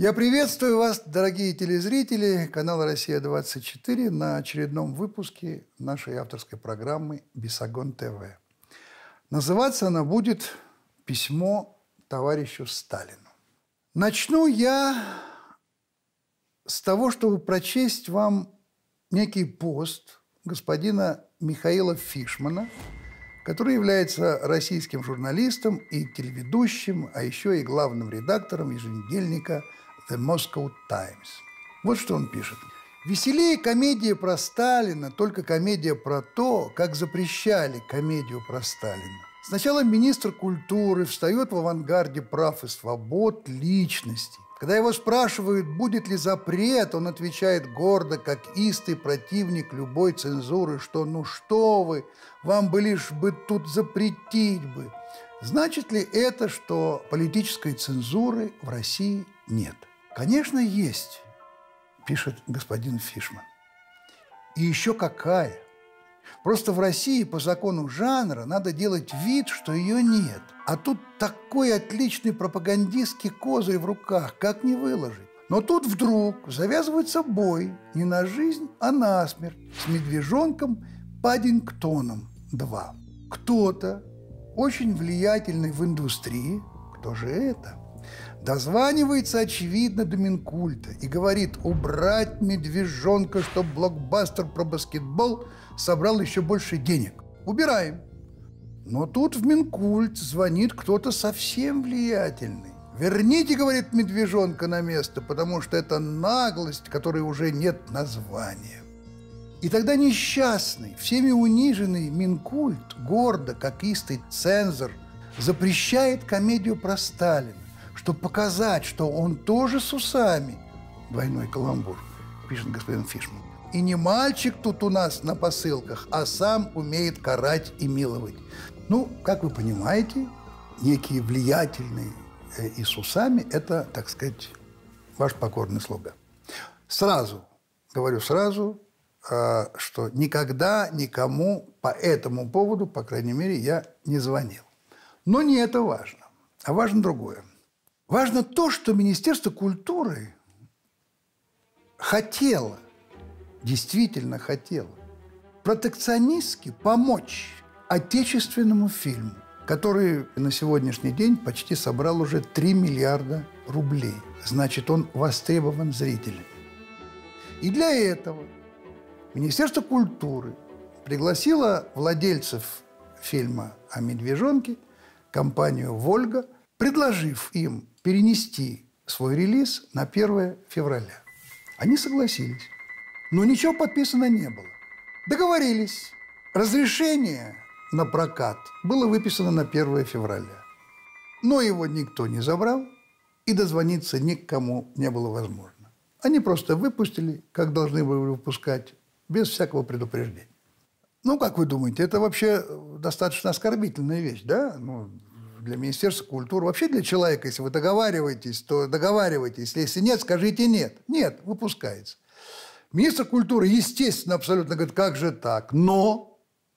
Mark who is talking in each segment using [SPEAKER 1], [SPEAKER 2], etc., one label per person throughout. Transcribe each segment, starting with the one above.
[SPEAKER 1] Я приветствую вас, дорогие телезрители канала «Россия-24» на очередном выпуске нашей авторской программы «Бесогон ТВ». Называться она будет «Письмо товарищу Сталину». Начну я с того, чтобы прочесть вам некий пост господина Михаила Фишмана, который является российским журналистом и телеведущим, а еще и главным редактором еженедельника The Moscow Times. Вот что он пишет. «Веселее комедия про Сталина, только комедия про то, как запрещали комедию про Сталина. Сначала министр культуры встает в авангарде прав и свобод личности. Когда его спрашивают, будет ли запрет, он отвечает гордо, как истый противник любой цензуры, что «ну что вы, вам бы лишь бы тут запретить бы». Значит ли это, что политической цензуры в России нет? Конечно, есть, пишет господин Фишман. И еще какая. Просто в России по закону жанра надо делать вид, что ее нет. А тут такой отличный пропагандистский козырь в руках, как не выложить. Но тут вдруг завязывается бой не на жизнь, а на смерть с медвежонком Паддингтоном 2. Кто-то, очень влиятельный в индустрии, кто же это, дозванивается, очевидно, до Минкульта и говорит убрать медвежонка, чтобы блокбастер про баскетбол собрал еще больше денег. Убираем. Но тут в Минкульт звонит кто-то совсем влиятельный. Верните, говорит, медвежонка на место, потому что это наглость, которой уже нет названия. И тогда несчастный, всеми униженный Минкульт, гордо, как истый цензор, запрещает комедию про Сталина, чтобы показать, что он тоже с усами. Двойной каламбур, пишет господин Фишман. И не мальчик тут у нас на посылках, а сам умеет карать и миловать. Ну, как вы понимаете, некие влиятельные и с усами – это, так сказать, ваш покорный слуга. Сразу, говорю сразу, что никогда никому по этому поводу, по крайней мере, я не звонил. Но не это важно, а важно другое. Важно то, что Министерство культуры хотело, действительно хотело, протекционистски помочь отечественному фильму, который на сегодняшний день почти собрал уже 3 миллиарда рублей. Значит, он востребован зрителями. И для этого Министерство культуры пригласило владельцев фильма о медвежонке, компанию «Вольга», предложив им перенести свой релиз на 1 февраля. Они согласились. Но ничего подписано не было. Договорились. Разрешение на прокат было выписано на 1 февраля. Но его никто не забрал, и дозвониться никому не было возможно. Они просто выпустили, как должны были выпускать, без всякого предупреждения. Ну, как вы думаете, это вообще достаточно оскорбительная вещь, да? Ну, для Министерства культуры, вообще для человека, если вы договариваетесь, то договаривайтесь. Если нет, скажите нет. Нет, выпускается. Министр культуры, естественно, абсолютно говорит, как же так? Но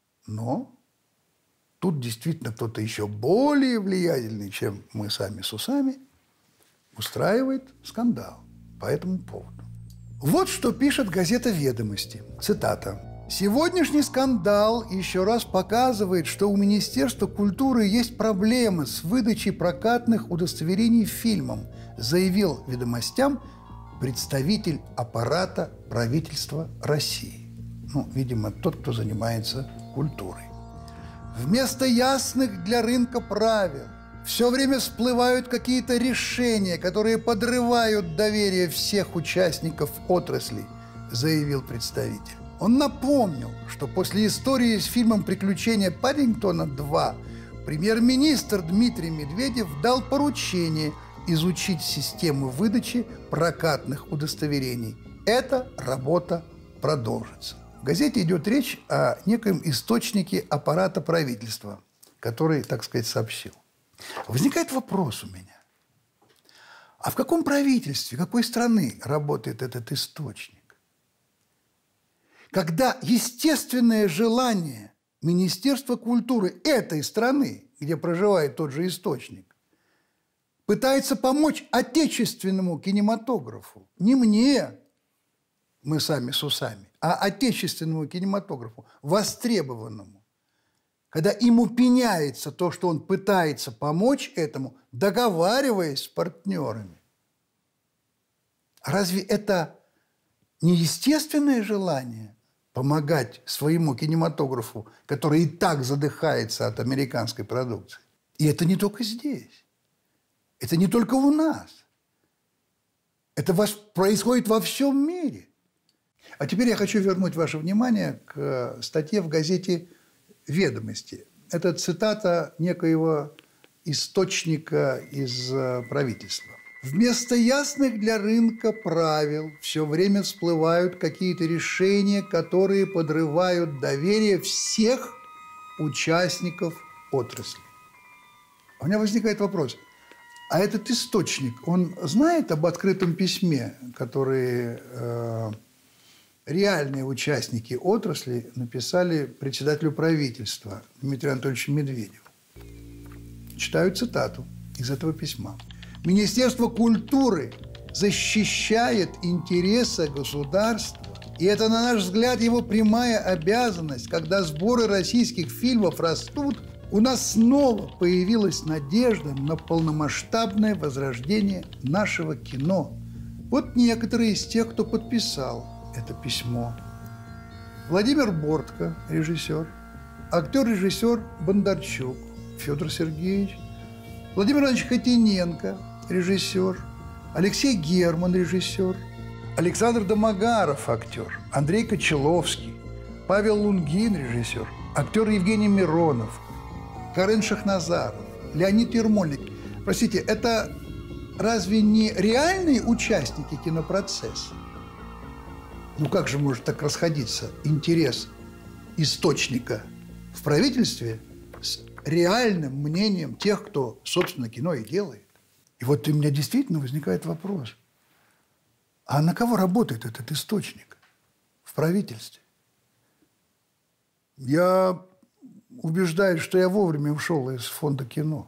[SPEAKER 1] тут действительно кто-то еще более влиятельный, чем мы сами с усами, устраивает скандал по этому поводу. Вот что пишет газета «Ведомости». Цитата. «Сегодняшний скандал еще раз показывает, что у Министерства культуры есть проблемы с выдачей прокатных удостоверений фильмам», заявил «Ведомостям» представитель аппарата правительства России. Ну, видимо, тот, кто занимается культурой. Вместо ясных для рынка правил все время всплывают какие-то решения, которые подрывают доверие всех участников отрасли, заявил представитель. Он напомнил, что после истории с фильмом «Приключения Паддингтона 2» премьер-министр Дмитрий Медведев дал поручение изучить систему выдачи прокатных удостоверений. Эта работа продолжится. В газете идет речь о некоем источнике аппарата правительства, который, так сказать, сообщил. Возникает вопрос у меня. А в каком правительстве, какой страны работает этот источник? Когда естественное желание Министерства культуры этой страны, где проживает тот же источник, пытается помочь отечественному кинематографу. Не мне, мы сами с усами, а отечественному кинематографу, востребованному. Когда ему пеняется то, что он пытается помочь этому, договариваясь с партнерами. Разве это не естественное желание помогать своему кинематографу, который и так задыхается от американской продукции? И это не только здесь. Это не только у нас. Это происходит во всем мире. А теперь я хочу вернуть ваше внимание к статье в газете «Ведомости». Это цитата некоего источника из правительства. Вместо ясных для рынка правил все время всплывают какие-то решения, которые подрывают доверие всех участников отрасли. У меня возникает вопрос. А этот источник, он знает об открытом письме, который реальные участники отрасли написали председателю правительства Дмитрию Анатольевичу Медведеву? Читаю цитату из этого письма. «Министерство культуры защищает интересы государства, и это, на наш взгляд, его прямая обязанность. Когда сборы российских фильмов растут, у нас снова появилась надежда на полномасштабное возрождение нашего кино». Вот некоторые из тех, кто подписал это письмо. Владимир Бортко, режиссер, актер-режиссер Бондарчук Федор Сергеевич, Владимир Иванович Хотиненко, режиссер, Алексей Герман, режиссер, Александр Домогаров, актер, Андрей Кочеловский, Павел Лунгин, режиссер, актер Евгений Миронов, Карен Шахназаров, Леонид Ермольник. Простите, это разве не реальные участники кинопроцесса? Ну как же может так расходиться интерес источника в правительстве с реальным мнением тех, кто, собственно, кино и делает? И вот у меня действительно возникает вопрос. А на кого работает этот источник в правительстве? Я убеждаюсь, что я вовремя ушел из фонда кино.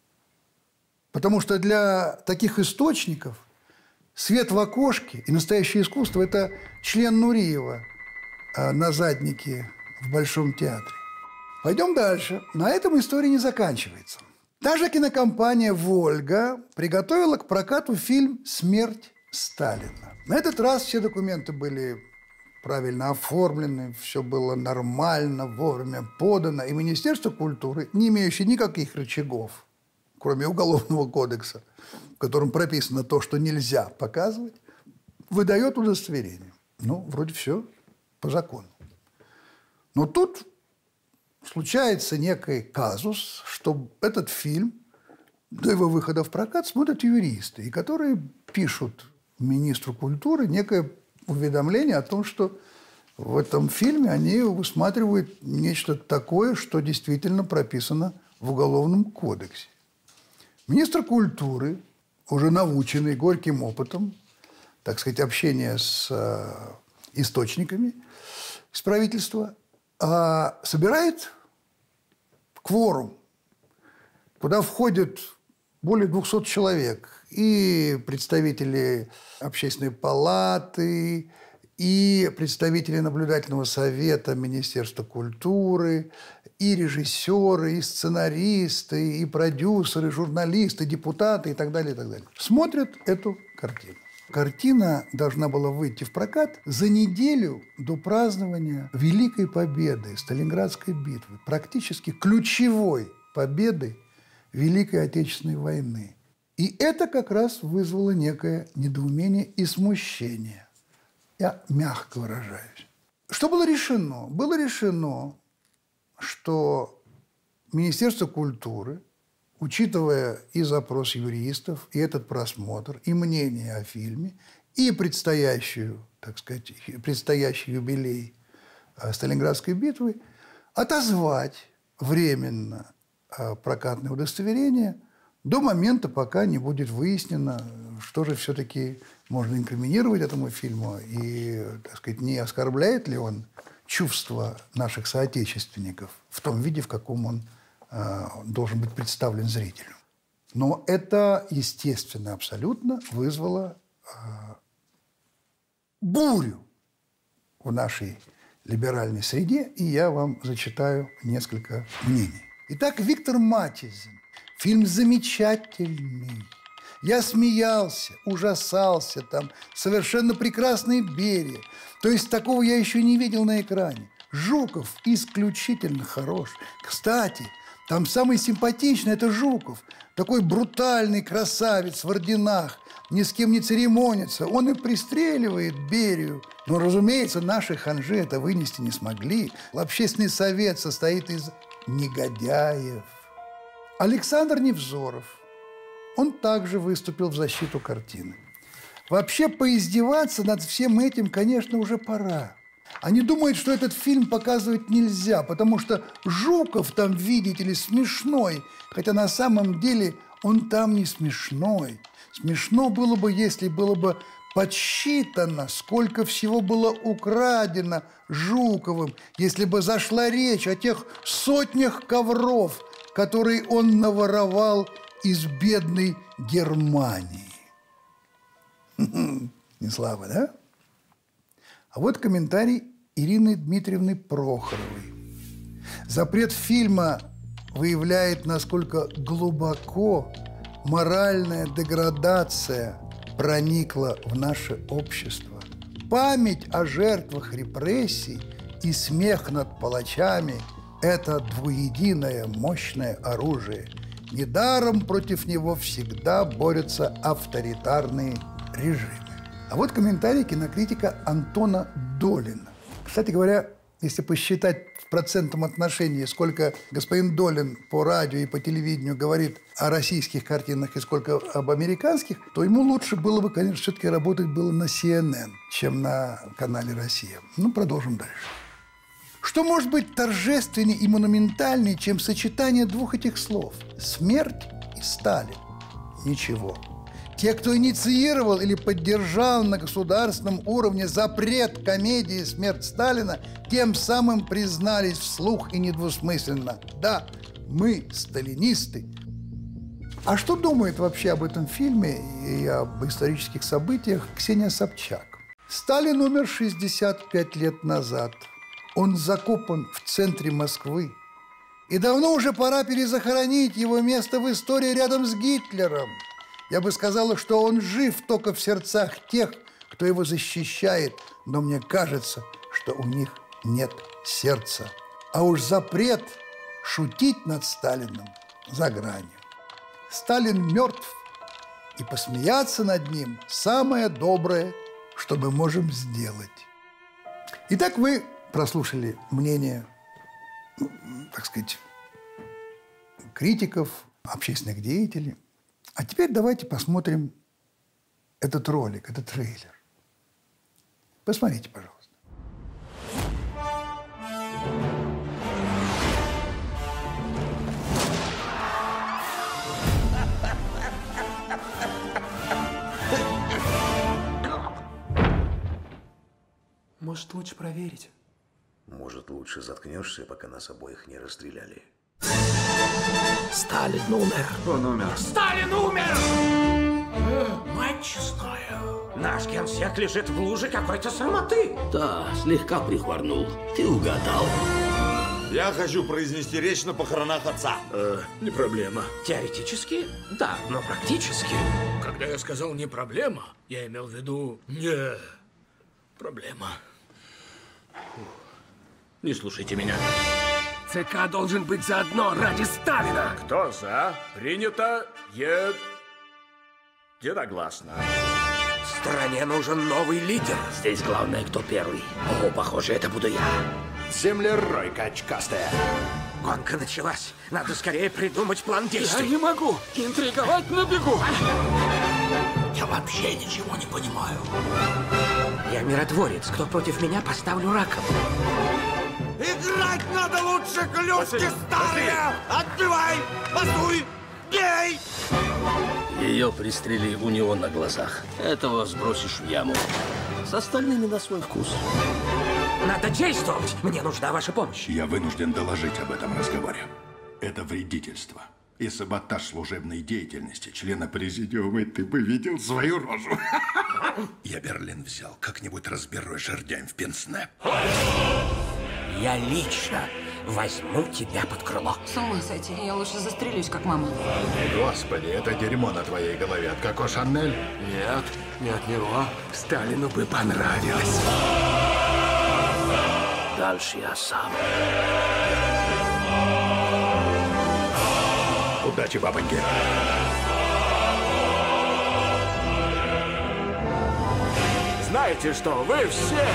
[SPEAKER 1] Потому что для таких источников свет в окошке и настоящее искусство – это член Нуриева на заднике в Большом театре. Пойдем дальше. На этом история не заканчивается. Та же кинокомпания «Вольга» приготовила к прокату фильм «Смерть Сталина». На этот раз все документы были правильно оформлены, все было нормально, вовремя подано. И Министерство культуры, не имеющее никаких рычагов, кроме Уголовного кодекса, в котором прописано то, что нельзя показывать, выдает удостоверение. Ну, вроде все по закону. Но тут случается некий казус, что этот фильм до его выхода в прокат смотрят юристы, и которые пишут министру культуры некое уведомление о том, что в этом фильме они усматривают нечто такое, что действительно прописано в Уголовном кодексе. Министр культуры, уже наученный горьким опытом, так сказать, общения с источниками из правительства, собирает кворум, куда входят более 200 человек. И представители Общественной палаты, и представители наблюдательного совета Министерства культуры, и режиссеры, и сценаристы, и продюсеры, журналисты, депутаты и так далее, и так далее. Смотрят эту картину. Картина должна была выйти в прокат за неделю до празднования Великой Победы, Сталинградской битвы, практически ключевой победы Великой Отечественной войны. И это как раз вызвало некое недоумение и смущение. Я мягко выражаюсь. Что было решено? Было решено, что Министерство культуры, учитывая и запрос юристов, и этот просмотр, и мнение о фильме, и предстоящий юбилей Сталинградской битвы, отозвать временно прокатное удостоверение до момента, пока не будет выяснено, что же все-таки можно инкриминировать этому фильму и, так сказать, не оскорбляет ли он чувства наших соотечественников в том виде, в каком он должен быть представлен зрителю. Но это, естественно, абсолютно вызвало бурю в нашей либеральной среде, и я вам зачитаю несколько мнений. Итак, Виктор Матизин. Фильм замечательный. Я смеялся, ужасался, там совершенно прекрасные Берия. То есть такого я еще не видел на экране. Жуков исключительно хорош. Кстати, там самый симпатичный – это Жуков. Такой брутальный красавец в орденах, ни с кем не церемонится. Он и пристреливает Берию. Но, разумеется, наши ханжи это вынести не смогли. Общественный совет состоит из негодяев. Александр Невзоров. Он также выступил в защиту картины. Вообще, поиздеваться над всем этим, конечно, уже пора. Они думают, что этот фильм показывать нельзя, потому что Жуков там, видите ли, смешной. Хотя на самом деле он там не смешной. Смешно было бы, если было бы подсчитано, сколько всего было украдено Жуковым, если бы зашла речь о тех сотнях ковров, которые он наворовал из бедной Германии. Не слабо, да? А вот комментарий Ирины Дмитриевны Прохоровой. Запрет фильма выявляет, насколько глубоко моральная деградация проникла в наше общество. Память о жертвах репрессий и смех над палачами – это двуединое мощное оружие. Недаром против него всегда борются авторитарные режимы. А вот комментарий кинокритика Антона Долина. Кстати говоря, если посчитать в процентном отношении, сколько господин Долин по радио и по телевидению говорит о российских картинах и сколько об американских, то ему лучше было бы, конечно, все-таки работать было на CNN, чем на канале «Россия». Ну, продолжим дальше. Что может быть торжественнее и монументальнее, чем сочетание двух этих слов – смерть и Сталин? Ничего. Те, кто инициировал или поддержал на государственном уровне запрет комедии «Смерть Сталина», тем самым признались вслух и недвусмысленно: да, мы сталинисты. А что думает вообще об этом фильме и об исторических событиях Ксения Собчак? Сталин умер 65 лет назад. Он закопан в центре Москвы. И давно уже пора перезахоронить его место в истории рядом с Гитлером. Я бы сказала, что он жив только в сердцах тех, кто его защищает, но мне кажется, что у них нет сердца. А уж запрет шутить над Сталиным за гранью. Сталин мертв, и посмеяться над ним – самое доброе, что мы можем сделать. Итак, вы прослушали мнение, так сказать, критиков, общественных деятелей. А теперь давайте посмотрим этот ролик, этот трейлер. Посмотрите, пожалуйста.
[SPEAKER 2] Может, лучше проверить?
[SPEAKER 3] Может, лучше заткнешься, пока нас обоих не расстреляли?
[SPEAKER 2] Сталин умер.
[SPEAKER 3] Он умер.
[SPEAKER 2] Сталин умер!
[SPEAKER 4] Мать честная, наш генсек лежит в луже какой-то срамоты.
[SPEAKER 5] Да, слегка прихворнул. Ты угадал.
[SPEAKER 6] Я хочу произнести речь на похоронах отца.
[SPEAKER 2] Не проблема.
[SPEAKER 4] Теоретически, да, но практически.
[SPEAKER 2] Когда я сказал «не проблема», я имел в виду «не проблема». Не слушайте меня. ЦК должен быть заодно ради Сталина.
[SPEAKER 7] Кто за? Принято единогласно.
[SPEAKER 4] Стране нужен новый лидер.
[SPEAKER 5] Здесь главное, кто первый. О, похоже, это буду я.
[SPEAKER 7] Землеройка очкастая.
[SPEAKER 4] Гонка началась. Надо скорее придумать план
[SPEAKER 2] Я
[SPEAKER 4] действий.
[SPEAKER 2] не могу интриговать на бегу.
[SPEAKER 4] Я вообще ничего не понимаю. Я миротворец. Кто против меня, поставлю раком.
[SPEAKER 6] Играть надо лучше клюшки старые! Отбивай! Пасуй! Бей!
[SPEAKER 5] Ее пристрели у него на глазах. Этого сбросишь в яму. С остальными на свой вкус.
[SPEAKER 4] Надо действовать. Мне нужна ваша помощь.
[SPEAKER 8] Я вынужден доложить об этом разговоре. Это вредительство. и саботаж служебной деятельности члена президиума, и ты бы видел свою рожу. Я Берлин взял. Как-нибудь разберусь жердями в пенсне.
[SPEAKER 4] Я лично возьму тебя под крыло.
[SPEAKER 9] С ума сойти, я лучше застрелюсь, как мама.
[SPEAKER 7] Господи, это дерьмо на твоей голове от Коко Шанель?
[SPEAKER 4] Нет, не от него. Сталину бы понравилось.
[SPEAKER 5] Дальше я сам.
[SPEAKER 7] Удачи, бабоньки.
[SPEAKER 2] Знаете что, вы все...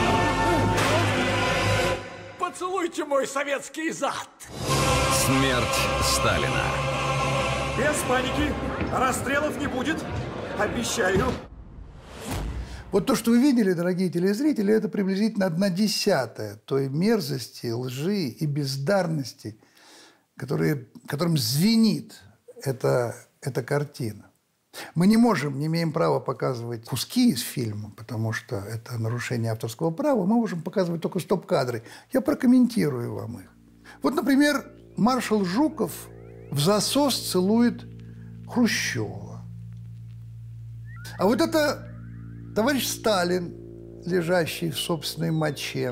[SPEAKER 2] Поцелуйте мой советский зад.
[SPEAKER 10] Смерть Сталина.
[SPEAKER 6] Без паники. Расстрелов не будет. Обещаю.
[SPEAKER 1] Вот то, что вы видели, дорогие телезрители, это приблизительно 1/10 той мерзости, лжи и бездарности, которым звенит эта картина. Мы не имеем права показывать куски из фильма, потому что это нарушение авторского права. Мы можем показывать только стоп-кадры. Я прокомментирую вам их. Вот, например, маршал Жуков в засос целует Хрущева. А вот это товарищ Сталин, лежащий в собственной моче.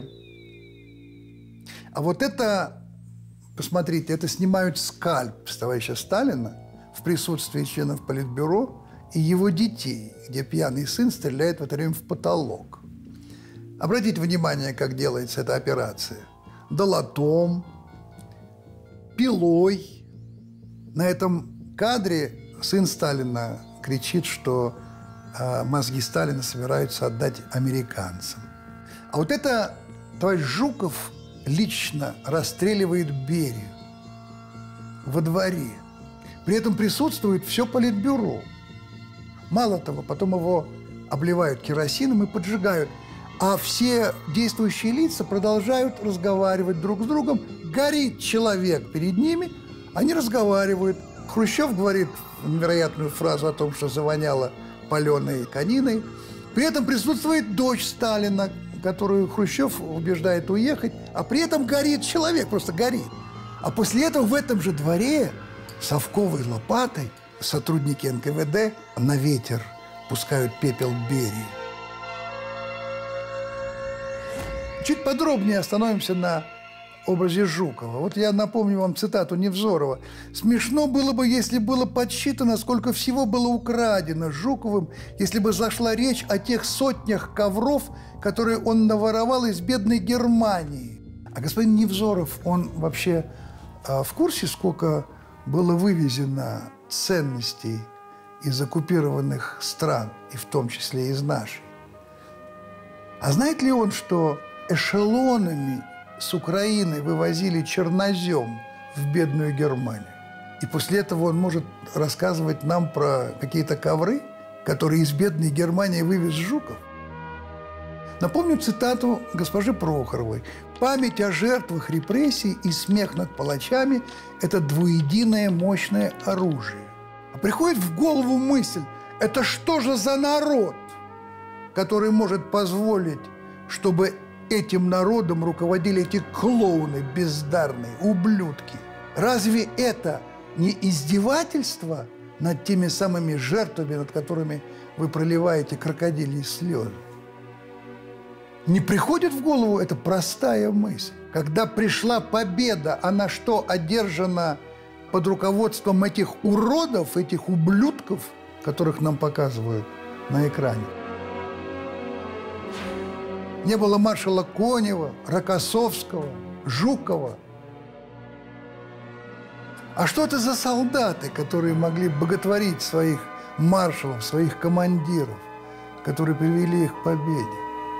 [SPEAKER 1] А вот это, посмотрите, это снимают скальп с товарища Сталина в присутствии членов Политбюро и его детей, где пьяный сын стреляет в это время в потолок. Обратите внимание, как делается эта операция. Долотом, пилой. На этом кадре сын Сталина кричит, что мозги Сталина собираются отдать американцам. А вот это товарищ Жуков лично расстреливает Берию во дворе. При этом присутствует все Политбюро. Мало того, потом его обливают керосином и поджигают. А все действующие лица продолжают разговаривать друг с другом. Горит человек перед ними, они разговаривают. Хрущев говорит невероятную фразу о том, что завоняло паленой кониной. При этом присутствует дочь Сталина, которую Хрущев убеждает уехать, а при этом горит человек, просто горит. А после этого в этом же дворе совковой лопатой сотрудники НКВД на ветер пускают пепел Берии. Чуть подробнее остановимся на образе Жукова. Вот я напомню вам цитату Невзорова. «Смешно было бы, если было подсчитано, сколько всего было украдено Жуковым, если бы зашла речь о тех сотнях ковров, которые он наворовал из бедной Германии». А господин Невзоров, он вообще в курсе, сколько было вывезено ценностей из оккупированных стран, и в том числе из нашей? А знает ли он, что эшелонами с Украины вывозили чернозем в бедную Германию? И после этого он может рассказывать нам про какие-то ковры, которые из бедной Германии вывез Жуков? Напомню цитату госпожи Прохоровой. «Память о жертвах репрессий и смех над палачами – это двуединое мощное оружие». А приходит в голову мысль, это что же за народ, который может позволить, чтобы этим народом руководили эти клоуны бездарные, ублюдки? Разве это не издевательство над теми самыми жертвами, над которыми вы проливаете крокодильи слезы? Не приходит в голову эта простая мысль? Когда пришла победа, она что, одержана под руководством этих уродов, этих ублюдков, которых нам показывают на экране? Не было маршала Конева, Рокоссовского, Жукова. А что это за солдаты, которые могли боготворить своих маршалов, своих командиров, которые привели их к победе?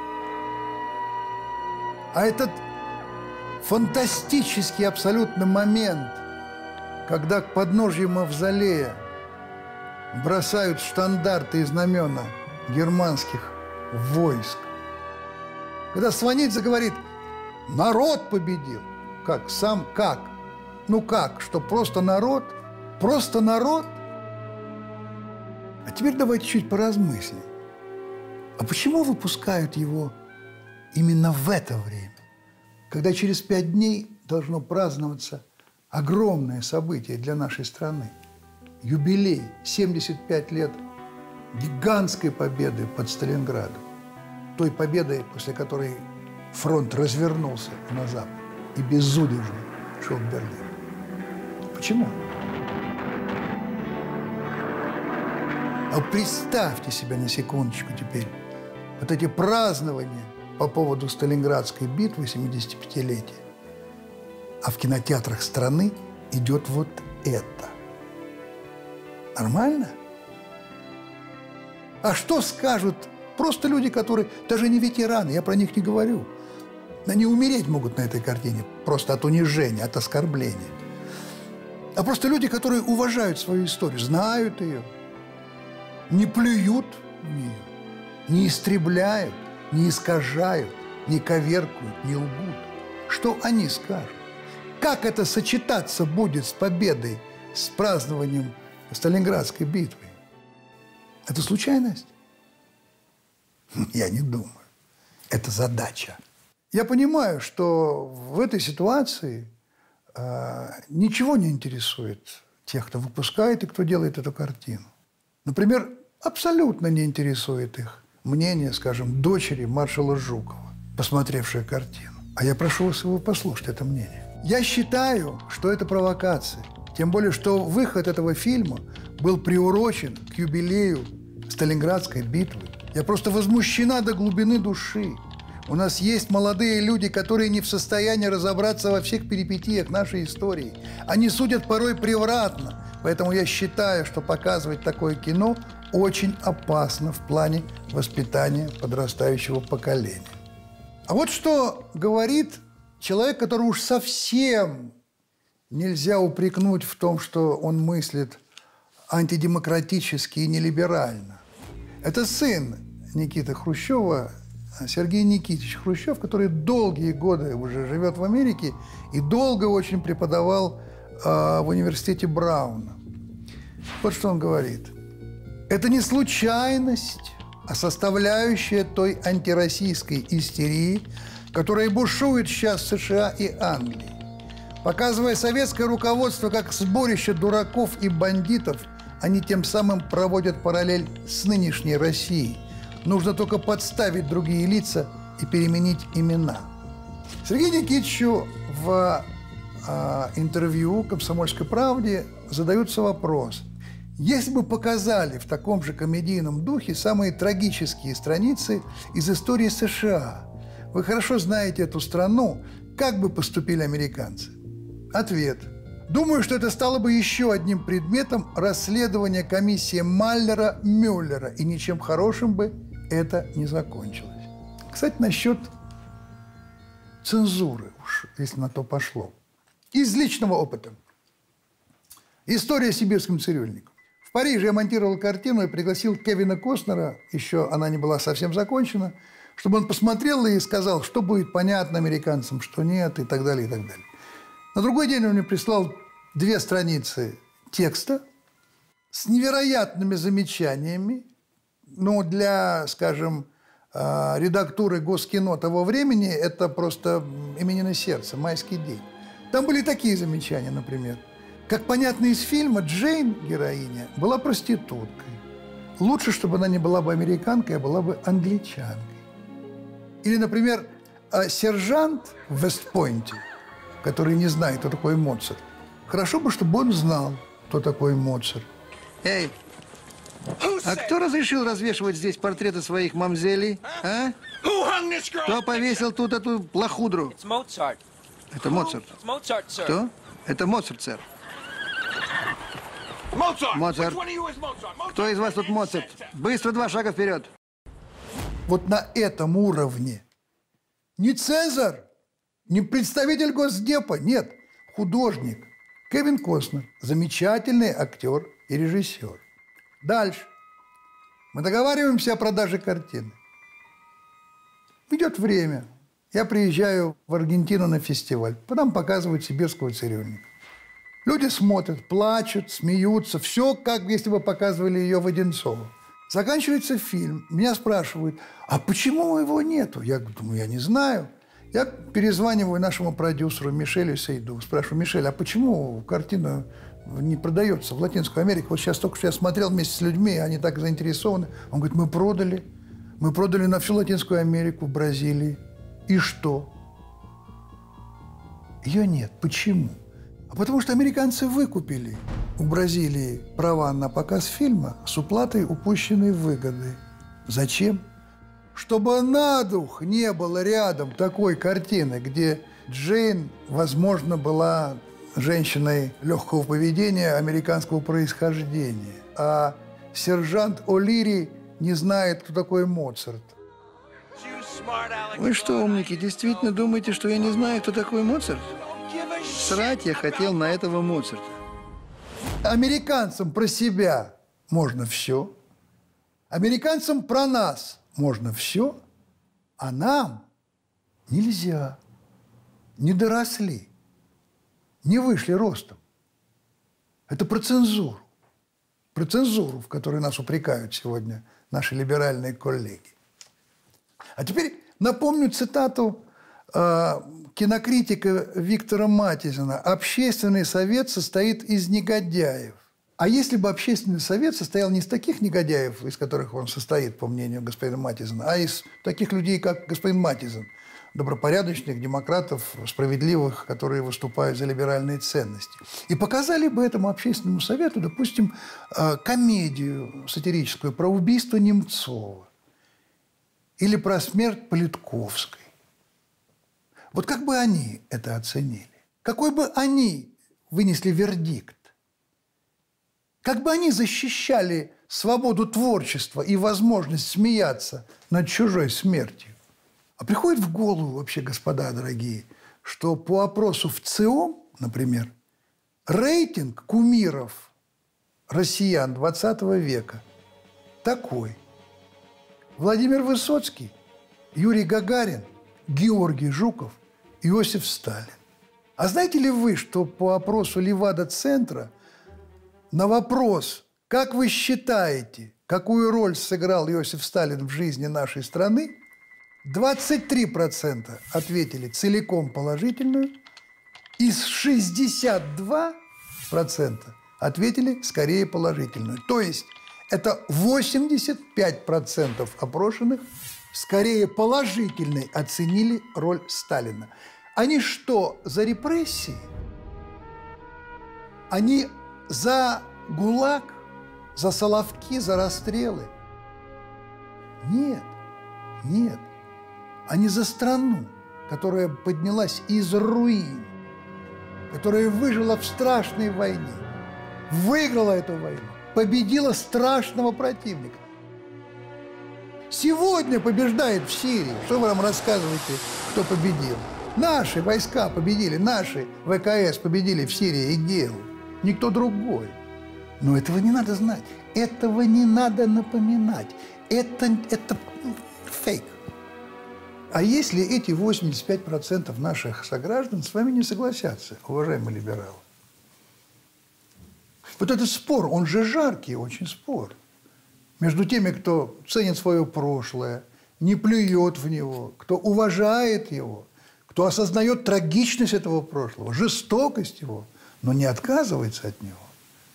[SPEAKER 1] А этот фантастический абсолютно момент, когда к подножью мавзолея бросают штандарты и знамена германских войск. Когда Сванидзе говорит, народ победил. Как? Сам как? Ну как? Что просто народ? Просто народ? А теперь давайте чуть поразмыслим. А почему выпускают его именно в это время, когда через 5 дней должно праздноваться огромное событие для нашей страны. Юбилей, 75 лет гигантской победы под Сталинградом. Той победы, после которой фронт развернулся на запад и безудержно шел в Берлин. Почему? А представьте себе на секундочку теперь вот эти празднования по поводу Сталинградской битвы 75-летия. А в кинотеатрах страны идет вот это. Нормально? А что скажут просто люди, которые даже не ветераны, я про них не говорю. Они умереть могут на этой картине просто от унижения, от оскорбления. А просто люди, которые уважают свою историю, знают ее, не плюют в нее, не истребляют, не искажают, не коверкуют, не лгут. Что они скажут? Как это сочетаться будет с победой, с празднованием Сталинградской битвы? Это случайность? Я не думаю. Это задача. Я понимаю, что в этой ситуации ничего не интересует тех, кто выпускает и кто делает эту картину. Например, абсолютно не интересует их мнение, скажем, дочери маршала Жукова, посмотревшей картину. А я прошу вас его послушать, это мнение. Я считаю, что это провокация. Тем более, что выход этого фильма был приурочен к юбилею Сталинградской битвы. Я просто возмущена до глубины души. У нас есть молодые люди, которые не в состоянии разобраться во всех перипетиях нашей истории. Они судят порой превратно. Поэтому я считаю, что показывать такое кино очень опасно в плане воспитания подрастающего поколения. А вот что говорит человек, который уж совсем нельзя упрекнуть в том, что он мыслит антидемократически и нелиберально. Это сын Никиты Хрущева, Сергей Никитич Хрущев, который долгие годы уже живет в Америке и долго очень преподавал в университете Брауна. Вот что он говорит. Это не случайность, а составляющая той антироссийской истерии, которая бушует сейчас в США и Англии. Показывая советское руководство как сборище дураков и бандитов, они тем самым проводят параллель с нынешней Россией. Нужно только подставить другие лица и переменить имена. Сергею Никитичу в интервью «Комсомольской правде» задается вопрос. Если бы показали в таком же комедийном духе самые трагические страницы из истории США, вы хорошо знаете эту страну, как бы поступили американцы? Ответ. Думаю, что это стало бы еще одним предметом расследования комиссии Маллера-Мюллера, и ничем хорошим бы это не закончилось. Кстати, насчет цензуры, уж если на то пошло. Из личного опыта. История с сибирским цирюльником. В Париже я монтировал картину и пригласил Кевина Костнера, еще она не была совсем закончена, чтобы он посмотрел и сказал, что будет понятно американцам, что нет, и так далее, и так далее. На другой день он мне прислал 2 страницы текста с невероятными замечаниями, но для, скажем, редактуры Госкино того времени это просто именины сердца, майский день. Там были такие замечания, например. Как понятно из фильма, Джейн, героиня, была проституткой. Лучше, чтобы она не была бы американкой, а была бы англичанкой. Или, например, сержант в Вестпойнте, который не знает, кто такой Моцарт. Хорошо бы, чтобы он знал, кто такой Моцарт. Эй, а кто разрешил развешивать здесь портреты своих мамзелей? А? Кто повесил тут эту лохудру? Это Моцарт. Кто? Это Моцарт, сэр. Моцарт. Кто из вас тут Моцарт? Быстро 2 шага вперед. Вот на этом уровне. Не Цезарь, не представитель Госдепа, нет, художник. Кевин Костнер, замечательный актер и режиссер. Дальше. Мы договариваемся о продаже картины. Идет время. Я приезжаю в Аргентину на фестиваль. Потом показывают сибирского цирюльника. Люди смотрят, плачут, смеются. Все, как если бы показывали ее в Одинцово. Заканчивается фильм. Меня спрашивают, а почему его нету? Я думаю, я не знаю. Я перезваниваю нашему продюсеру Мишелю Сейду, спрашиваю: Мишель, а почему картина не продается в Латинскую Америку? Вот сейчас только что я смотрел вместе с людьми, они так заинтересованы. Он говорит: мы продали на всю Латинскую Америку, в Бразилии. И что? Ее нет. Почему? А потому что американцы выкупили у Бразилии права на показ фильма с уплатой упущенной выгоды. Зачем? Чтобы на дух не было рядом такой картины, где Джейн, возможно, была женщиной легкого поведения, американского происхождения, а сержант О'Лири не знает, кто такой Моцарт.
[SPEAKER 11] Вы что, умники, действительно думаете, что я не знаю, кто такой Моцарт? Срать я хотел на этого Моцарта.
[SPEAKER 1] Американцам про себя можно все, американцам про нас можно все, а нам нельзя. Не доросли, не вышли ростом. Это про цензуру, в которой нас упрекают сегодня наши либеральные коллеги. А теперь напомню цитату кинокритика Виктора Матизина: «Общественный совет состоит из негодяев». А если бы общественный совет состоял не из таких негодяев, из которых он состоит, по мнению господина Матизина, а из таких людей, как господин Матизин, добропорядочных, демократов, справедливых, которые выступают за либеральные ценности. И показали бы этому общественному совету, допустим, комедию сатирическую про убийство Немцова или про смерть Политковской. Вот как бы они это оценили? Какой бы они вынесли вердикт? Как бы они защищали свободу творчества и возможность смеяться над чужой смертью? А приходит в голову вообще, господа дорогие, что по опросу в ЦИОМ, например, рейтинг кумиров россиян 20 века такой: Владимир Высоцкий, Юрий Гагарин, Георгий Жуков, Иосиф Сталин. А знаете ли вы, что по опросу Левада-центра на вопрос: как вы считаете, какую роль сыграл Иосиф Сталин в жизни нашей страны, 23% ответили целиком положительную, из 62% ответили скорее положительную. То есть это 85% опрошенных скорее положительной оценили роль Сталина. Они что, за репрессии? Они за ГУЛАГ, за Соловки, за расстрелы? Нет, нет. Они за страну, которая поднялась из руин, которая выжила в страшной войне, выиграла эту войну, победила страшного противника. Сегодня побеждает в Сирии. Что вы нам рассказываете, кто победил? Наши войска победили, наши ВКС победили в Сирии и ИГИЛ. Никто другой. Но этого не надо знать, этого не надо напоминать. Это фейк. А если эти 85% наших сограждан с вами не согласятся, уважаемые либералы? Вот этот спор, он же жаркий очень спор. Между теми, кто ценит свое прошлое, не плюет в него, кто уважает его, кто осознает трагичность этого прошлого, жестокость его, но не отказывается от него.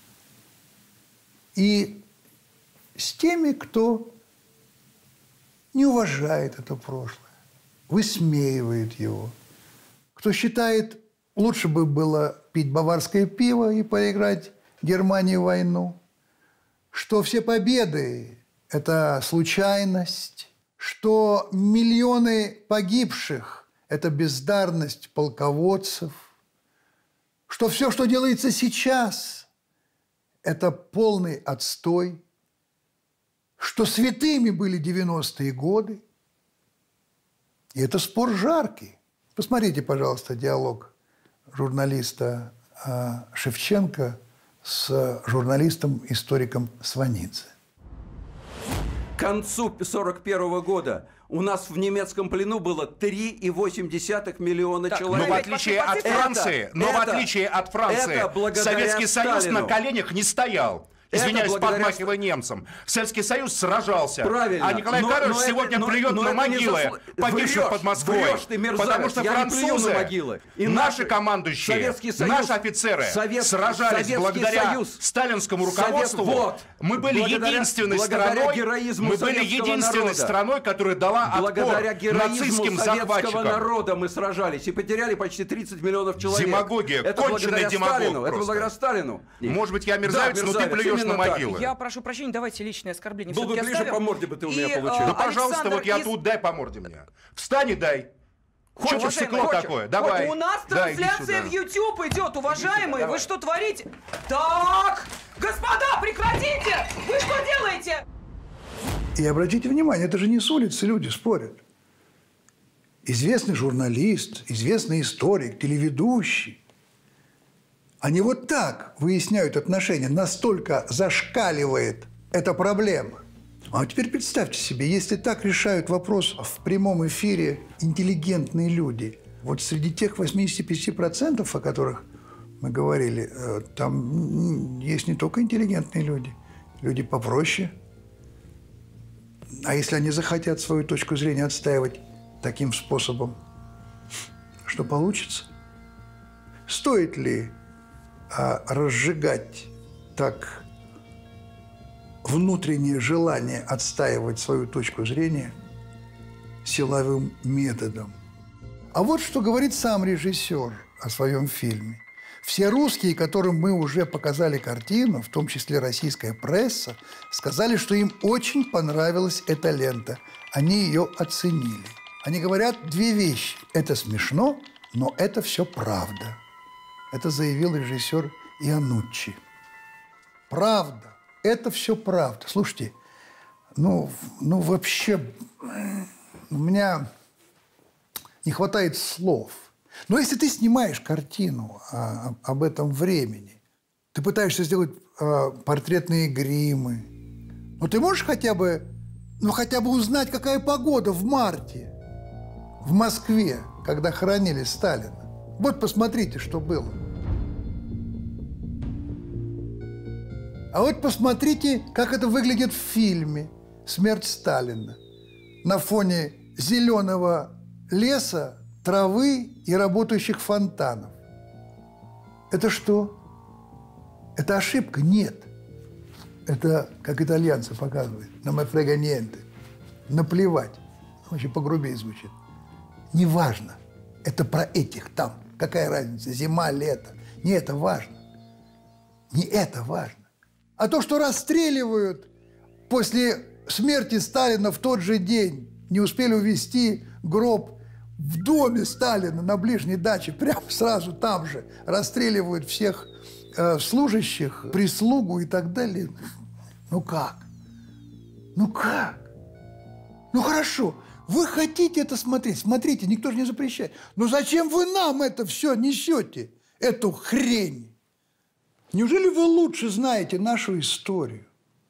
[SPEAKER 1] И с теми, кто не уважает это прошлое, высмеивает его, кто считает, лучше бы было пить баварское пиво и проиграть Германии войну, что все победы – это случайность, что миллионы погибших – это бездарность полководцев, что все, что делается сейчас – это полный отстой, что святыми были 90-е годы. И это спор жаркий. Посмотрите, пожалуйста, диалог журналиста Шевченко с журналистом-историком Сванидзе.
[SPEAKER 12] К концу 1941 года у нас в немецком плену было 3,8 миллиона человек.
[SPEAKER 13] Но в отличие от Франции, Советский Союз на коленях не стоял. извиняюсь,
[SPEAKER 12] благодаря...
[SPEAKER 13] подмахивая немцам. Советский Союз сражался.
[SPEAKER 12] Правильно.
[SPEAKER 13] А Николай Карлович сегодня плюет на могилы погибших под Москвой.
[SPEAKER 12] Врешь ты, мерзавец.
[SPEAKER 13] Потому что французы,
[SPEAKER 12] и
[SPEAKER 13] наши командующие, наши офицеры сражались благодаря сталинскому руководству. Мы были единственной страной, которая дала отпор нацистским захватчикам.
[SPEAKER 12] Народа мы сражались и потеряли почти 30 миллионов человек.
[SPEAKER 13] Демагогия, конченый демагог.
[SPEAKER 12] Это благодаря Сталину.
[SPEAKER 13] Может быть, я мерзавец, но ты плюешь на могилы.
[SPEAKER 14] Я прошу прощения, давайте личное оскорбление.
[SPEAKER 12] Был бы ближе, по морде бы ты у меня получил.
[SPEAKER 13] Ну, пожалуйста, вот я тут, дай по морде мне. Встань и дай. Что стекло такое? Давай.
[SPEAKER 14] У нас трансляция в YouTube идет, уважаемые. Вы что творите? Так, господа, прекратите! Вы что делаете?
[SPEAKER 1] И обратите внимание, это же не с улицы люди спорят. Известный журналист, известный историк, телеведущий. Они вот так выясняют отношения. Настолько зашкаливает эта проблема. А теперь представьте себе, если так решают вопрос в прямом эфире интеллигентные люди. Вот среди тех 85%, о которых мы говорили, там есть не только интеллигентные люди, люди попроще. А если они захотят свою точку зрения отстаивать таким способом, что получится? Стоит ли разжигать так внутреннее желание отстаивать свою точку зрения силовым методом? А вот что говорит сам режиссер о своем фильме. Все русские, которым мы уже показали картину, в том числе российская пресса, сказали, что им очень понравилась эта лента. Они ее оценили. Они говорят две вещи. Это смешно, но это все правда. Это заявил режиссер Ианнуччи. Правда. Это все правда. Слушайте, ну вообще у меня не хватает слов. Но если ты снимаешь картину об этом времени, ты пытаешься сделать портретные гримы, но ты можешь хотя бы узнать, какая погода в марте в Москве, когда хоронили Сталина. Вот посмотрите, что было. А вот посмотрите, как это выглядит в фильме «Смерть Сталина». На фоне зеленого леса, травы и работающих фонтанов. Это что? Это ошибка? Нет. Это, как итальянцы показывают, «non me frega niente». Наплевать. Очень погрубее звучит. Неважно. Это про этих там. Какая разница? Зима, лето. Не это важно. Не это важно. А то, что расстреливают после смерти Сталина в тот же день, не успели увезти гроб в доме Сталина на ближней даче, прямо сразу там же расстреливают всех служащих, прислугу и так далее. Ну как? Ну как? Ну хорошо, вы хотите это смотреть? Смотрите, никто же не запрещает. Но зачем вы нам это все несете, эту хрень? Неужели вы лучше знаете нашу историю?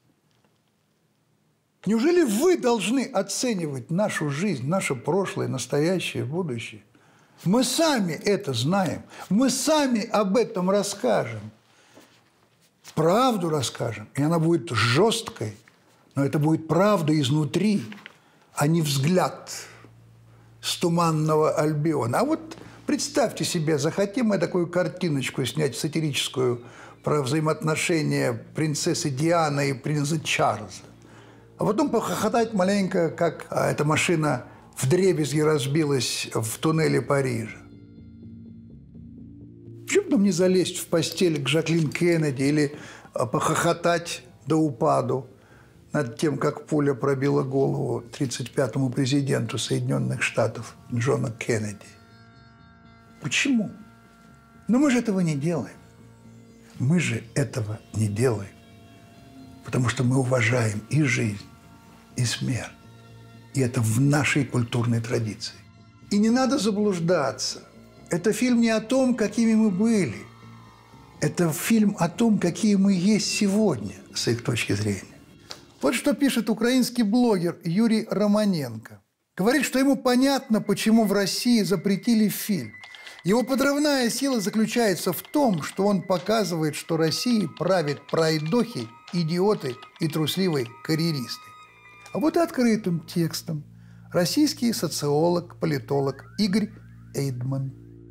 [SPEAKER 1] Неужели вы должны оценивать нашу жизнь, наше прошлое, настоящее, будущее? Мы сами это знаем. Мы сами об этом расскажем. Правду расскажем. И она будет жесткой. Но это будет правда изнутри, а не взгляд с туманного Альбиона. А вот представьте себе, захотим мы такую картиночку снять сатирическую про взаимоотношения принцессы Дианы и принца Чарльза. А потом похохотать маленько, как эта машина вдребезги разбилась в туннеле Парижа. Почему бы нам не залезть в постель к Жаклин Кеннеди или похохотать до упаду над тем, как пуля пробила голову 35-му президенту Соединенных Штатов Джону Кеннеди? Почему? Но мы же этого не делаем. Мы же этого не делаем. Потому что мы уважаем и жизнь, и смерть. И это в нашей культурной традиции. И не надо заблуждаться. Это фильм не о том, какими мы были. Это фильм о том, какие мы есть сегодня, с их точки зрения. Вот что пишет украинский блогер Юрий Романенко. Говорит, что ему понятно, почему в России запретили фильм. Его подрывная сила заключается в том, что он показывает, что Россией правят пройдохи идиоты и трусливые карьеристы. А вот открытым текстом российский социолог, политолог Игорь Эйдман.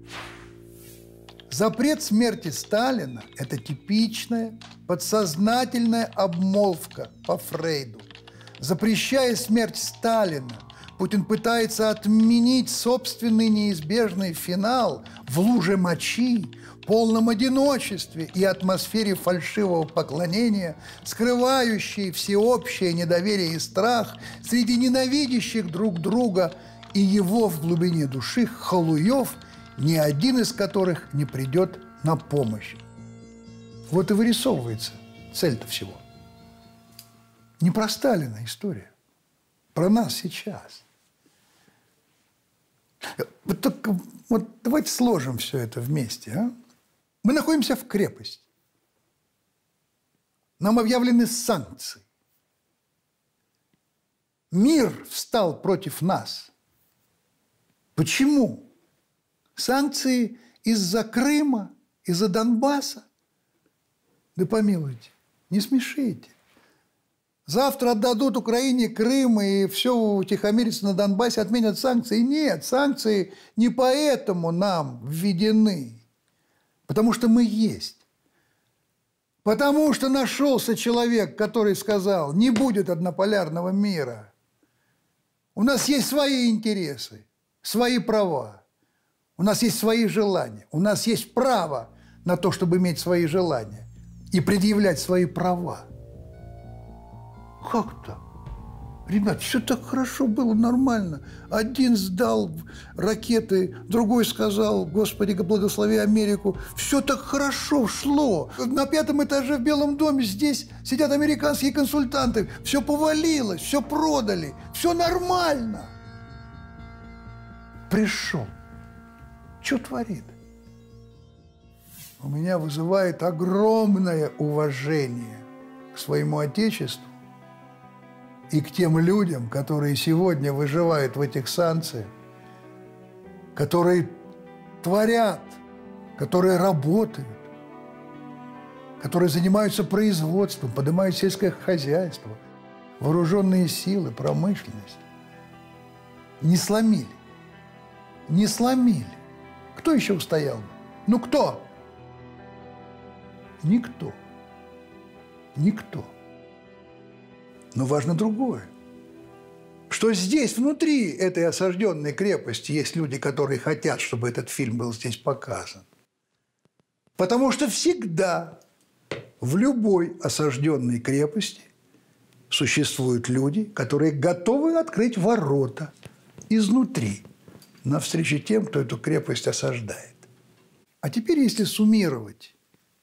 [SPEAKER 1] Запрет смерти Сталина – это типичная подсознательная обмолвка по Фрейду. Запрещая смерть Сталина, Путин пытается отменить собственный неизбежный финал в луже мочи, полном одиночестве и атмосфере фальшивого поклонения, скрывающей всеобщее недоверие и страх среди ненавидящих друг друга и его в глубине души халуев, ни один из которых не придет на помощь. Вот и вырисовывается цель-то всего. Не про Сталина история, про нас сейчас. Вот давайте сложим все это вместе, а? Мы находимся в крепости. Нам объявлены санкции. Мир встал против нас. Почему? Санкции из-за Крыма, из-за Донбасса? Да помилуйте, не смешите. Завтра отдадут Украине Крым, и все утихомирится на Донбассе, отменят санкции. Нет, санкции не поэтому нам введены. Потому что мы есть. Потому что нашелся человек, который сказал, не будет однополярного мира. У нас есть свои интересы, свои права. У нас есть свои желания. У нас есть право на то, чтобы иметь свои желания и предъявлять свои права. Как так? Ребят, все так хорошо было, нормально. Один сдал ракеты, другой сказал, Господи, благослови Америку. Все так хорошо шло. На 5-м этаже в Белом доме здесь сидят американские консультанты. Все повалилось, все продали, все нормально. Пришел. Что творит? У меня вызывает огромное уважение к своему Отечеству и к тем людям, которые сегодня выживают в этих санкциях, которые творят, которые работают, которые занимаются производством, поднимают сельское хозяйство, вооруженные силы, промышленность. Не сломили. Не сломили. Кто еще устоял бы? Ну кто? Никто. Никто. Но важно другое. Что здесь, внутри этой осажденной крепости, есть люди, которые хотят, чтобы этот фильм был здесь показан. Потому что всегда в любой осажденной крепости существуют люди, которые готовы открыть ворота изнутри, навстречу тем, кто эту крепость осаждает. А теперь, если суммировать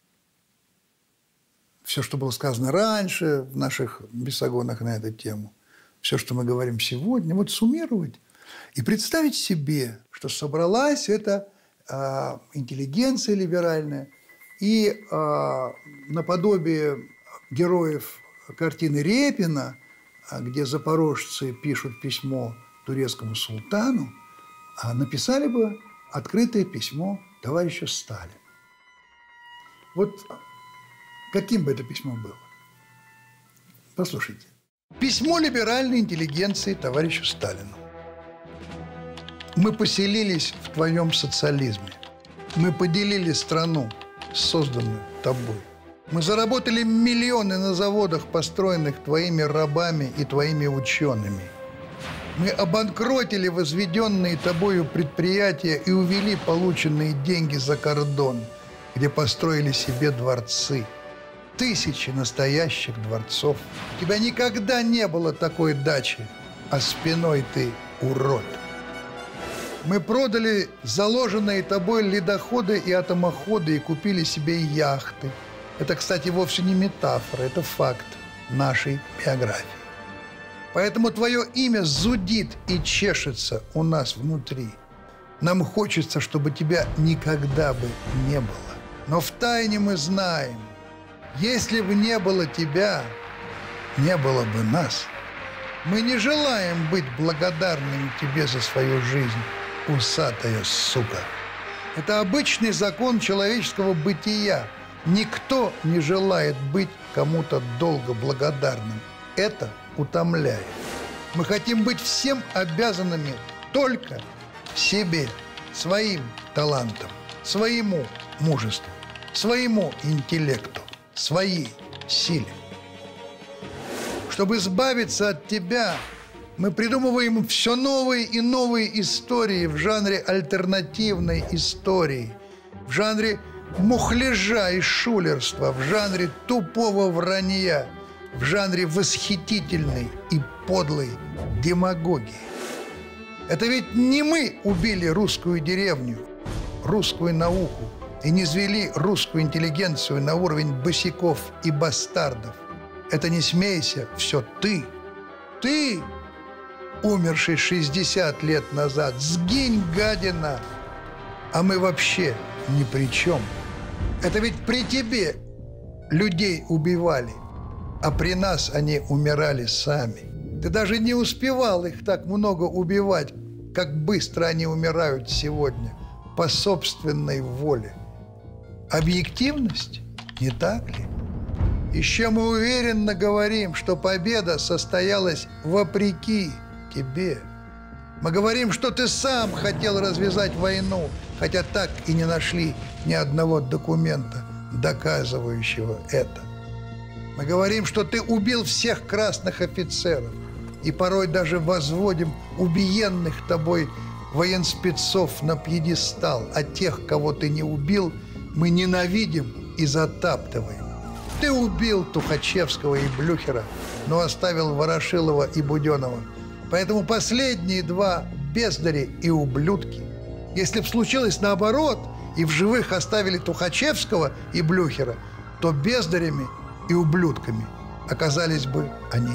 [SPEAKER 1] все, что было сказано раньше в наших бесогонах на эту тему, все, что мы говорим сегодня, вот суммировать и представить себе, что собралась эта интеллигенция либеральная, и наподобие героев картины Репина, где запорожцы пишут письмо турецкому султану, написали бы открытое письмо товарищу Сталину. Вот каким бы это письмо было? Послушайте. Письмо либеральной интеллигенции товарищу Сталину. Мы поселились в твоем социализме. Мы поделили страну, созданную тобой. Мы заработали миллионы на заводах, построенных твоими рабами и твоими учеными. Мы обанкротили возведенные тобою предприятия и увели полученные деньги за кордон, где построили себе дворцы. Тысячи настоящих дворцов. У тебя никогда не было такой дачи, а спиной ты урод. Мы продали заложенные тобой ледоходы и атомоходы и купили себе яхты. Это, кстати, вовсе не метафора, это факт нашей биографии. Поэтому твое имя зудит и чешется у нас внутри. Нам хочется, чтобы тебя никогда бы не было. Но втайне мы знаем, если бы не было тебя, не было бы нас. Мы не желаем быть благодарными тебе за свою жизнь, усатая сука. Это обычный закон человеческого бытия. Никто не желает быть кому-то долго благодарным. Это утомляет. Мы хотим быть всем обязанными только себе, своим талантам, своему мужеству, своему интеллекту, своей силе. Чтобы избавиться от тебя, мы придумываем все новые и новые истории в жанре альтернативной истории, в жанре мухляжа и шулерства, в жанре тупого вранья, в жанре восхитительной и подлой демагогии. Это ведь не мы убили русскую деревню, русскую науку и низвели русскую интеллигенцию на уровень босяков и бастардов. Это, не смейся, все ты. Ты, умерший 60 лет назад, сгинь, гадина! А мы вообще ни при чем. Это ведь при тебе людей убивали, а при нас они умирали сами. Ты даже не успевал их так много убивать, как быстро они умирают сегодня, по собственной воле. Объективность, не так ли? Еще мы уверенно говорим, что победа состоялась вопреки тебе. Мы говорим, что ты сам хотел развязать войну, хотя так и не нашли ни одного документа, доказывающего это. Мы говорим, что ты убил всех красных офицеров, и порой даже возводим убиенных тобой военспецов на пьедестал, а тех, кого ты не убил, мы ненавидим и затаптываем. Ты убил Тухачевского и Блюхера, но оставил Ворошилова и Буденова. Поэтому последние два бездари и ублюдки. Если б случилось наоборот, и в живых оставили Тухачевского и Блюхера, то бездарями и ублюдками оказались бы они.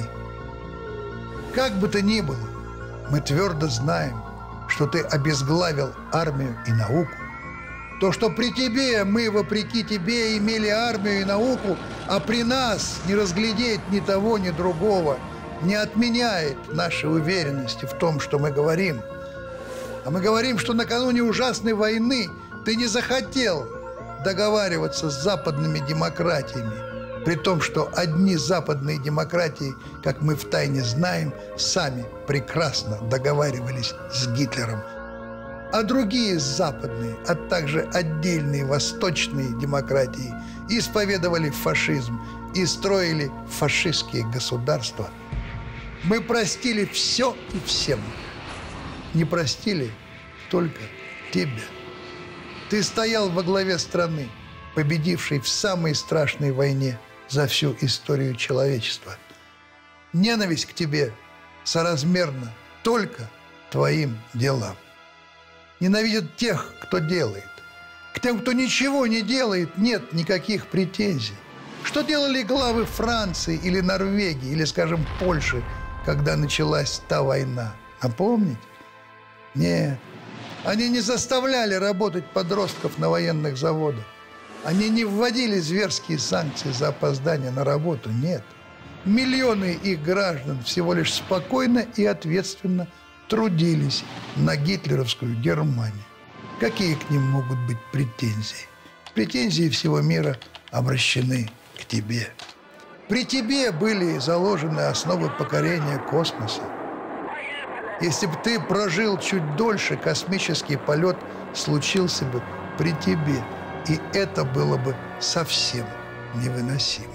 [SPEAKER 1] Как бы то ни было, мы твердо знаем, что ты обезглавил армию и науку. То, что при тебе мы, вопреки тебе, имели армию и науку, а при нас не разглядеть ни того, ни другого, не отменяет нашей уверенности в том, что мы говорим. А мы говорим, что накануне ужасной войны ты не захотел договариваться с западными демократиями, при том, что одни западные демократии, как мы втайне знаем, сами прекрасно договаривались с Гитлером. А другие западные, а также отдельные восточные демократии исповедовали фашизм и строили фашистские государства. Мы простили все и всем. Не простили только тебя. Ты стоял во главе страны, победившей в самой страшной войне за всю историю человечества. Ненависть к тебе соразмерна только твоим делам. Ненавидят тех, кто делает. К тем, кто ничего не делает, нет никаких претензий. Что делали главы Франции или Норвегии, или, скажем, Польши, когда началась та война? Напомнить? Нет. Они не заставляли работать подростков на военных заводах. Они не вводили зверские санкции за опоздание на работу. Нет. Миллионы их граждан всего лишь спокойно и ответственно трудились на гитлеровскую Германию. Какие к ним могут быть претензии? Претензии всего мира обращены к тебе. При тебе были заложены основы покорения космоса. Если бы ты прожил чуть дольше, космический полет случился бы при тебе. И это было бы совсем невыносимо.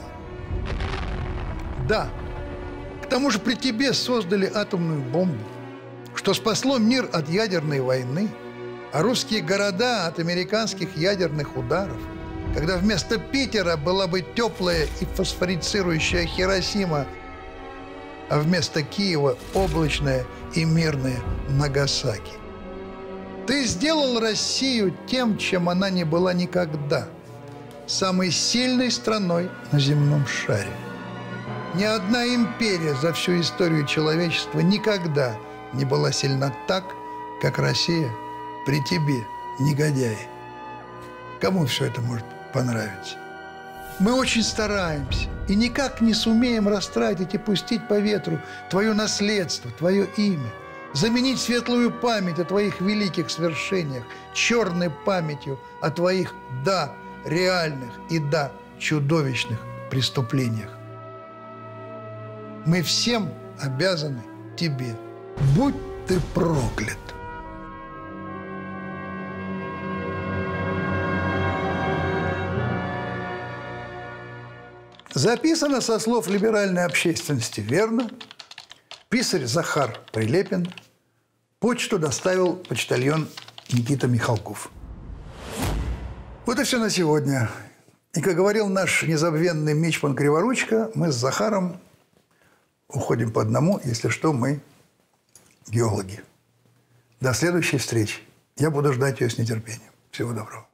[SPEAKER 1] Да, к тому же при тебе создали атомную бомбу, что спасло мир от ядерной войны, а русские города от американских ядерных ударов, когда вместо Питера была бы теплая и фосфорицирующая Хиросима, а вместо Киева облачная и мирная Нагасаки. Ты сделал Россию тем, чем она не была никогда – самой сильной страной на земном шаре. Ни одна империя за всю историю человечества никогда не была сильна так, как Россия при тебе, негодяи. Кому все это может понравиться? Мы очень стараемся и никак не сумеем растратить и пустить по ветру твое наследство, твое имя, заменить светлую память о твоих великих свершениях черной памятью о твоих, да, реальных и, да, чудовищных преступлениях. Мы всем обязаны тебе. Будь ты проклят. Записано со слов либеральной общественности верно. Писарь Захар Прилепин. Почту доставил почтальон Никита Михалков. Вот и все на сегодня. И, как говорил наш незабвенный Мичман Криворучка, мы с Захаром уходим по одному, если что, мы геологи. До следующей встречи. Я буду ждать ее с нетерпением. Всего доброго.